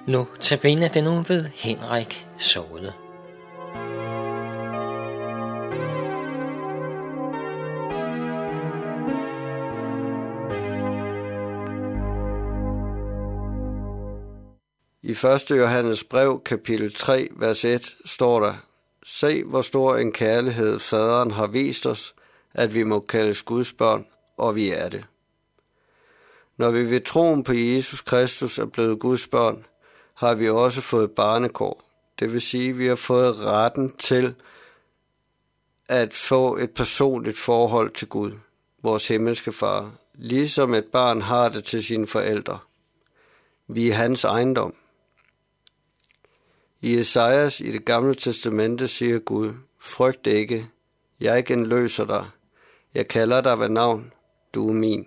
Nu tabiner den uge ved Henrik Såde. I 1. Johannes brev, kapitel 3, vers 1, står der: Se, hvor stor en kærlighed faderen har vist os, at vi må kaldes Guds børn, og vi er det. Når vi ved troen på Jesus Kristus er blevet Guds børn, har vi også fået barnekår. Det vil sige, at vi har fået retten til at få et personligt forhold til Gud, vores himmelske far, ligesom et barn har det til sine forældre. Vi er hans ejendom. I Esajas i det gamle testamente siger Gud: Frygt ikke, jeg genløser dig. Jeg kalder dig ved navn, du er min.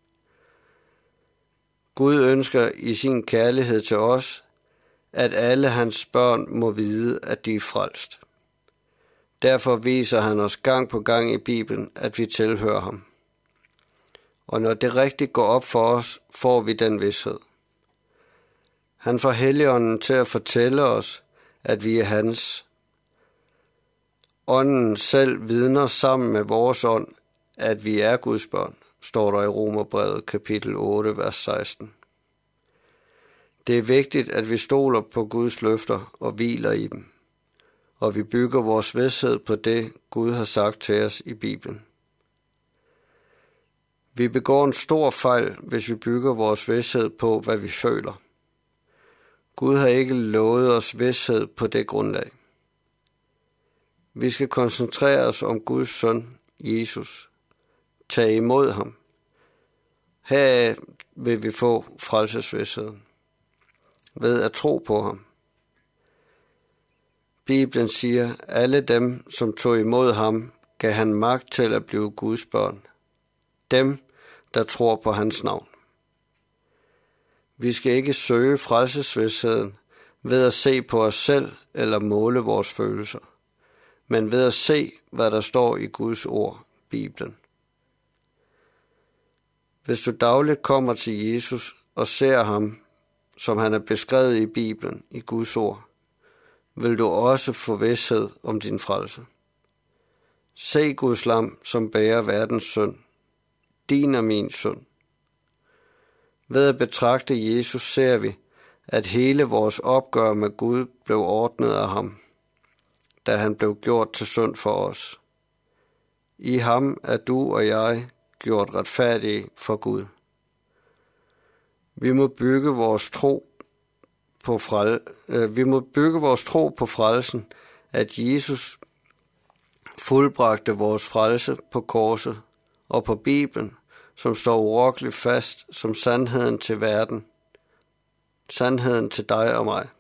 Gud ønsker i sin kærlighed til os, at alle hans børn må vide, at de er frelst. Derfor viser han os gang på gang i Bibelen, at vi tilhører ham. Og når det rigtigt går op for os, får vi den vished. Han får Helligånden til at fortælle os, at vi er hans. Ånden selv vidner sammen med vores ånd, at vi er Guds børn, står der i Romerbrevet kapitel 8, vers 16. Det er vigtigt, at vi stoler på Guds løfter og hviler i dem, og vi bygger vores vished på det, Gud har sagt til os i Bibelen. Vi begår en stor fejl, hvis vi bygger vores vished på, hvad vi føler. Gud har ikke lovet os vished på det grundlag. Vi skal koncentrere os om Guds søn, Jesus. Tag imod ham. Heraf vil vi få frelsesvisheden ved at tro på ham. Bibelen siger, alle dem, som tog imod ham, gav han magt til at blive Guds børn. Dem, der tror på hans navn. Vi skal ikke søge frelsesvisheden ved at se på os selv eller måle vores følelser, men ved at se, hvad der står i Guds ord, Bibelen. Hvis du dagligt kommer til Jesus og ser ham, som han er beskrevet i Bibelen, i Guds ord, vil du også få vished om din frelse. Se Guds lam, som bærer verdens synd, din og min synd. Ved at betragte Jesus ser vi, at hele vores opgør med Gud blev ordnet af ham, da han blev gjort til synd for os. I ham er du og jeg gjort retfærdige for Gud. Vi må bygge vores tro på frelsen, at Jesus fuldbragte vores frelse på korset og på Bibelen, som står urokkeligt fast som sandheden til verden, sandheden til dig og mig.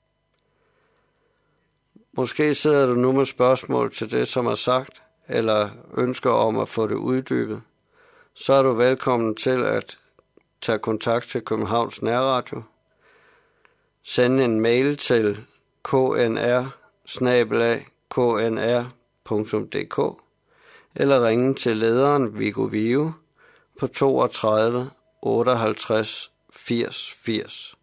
Måske sidder du nu med spørgsmål til det, som er sagt, eller ønsker om at få det uddybet. Så er du velkommen til at tage kontakt til Københavns Nærradio. Send en mail til knr@knr.dk eller ringe til lederen Viggo Vive på 32 58 80 80.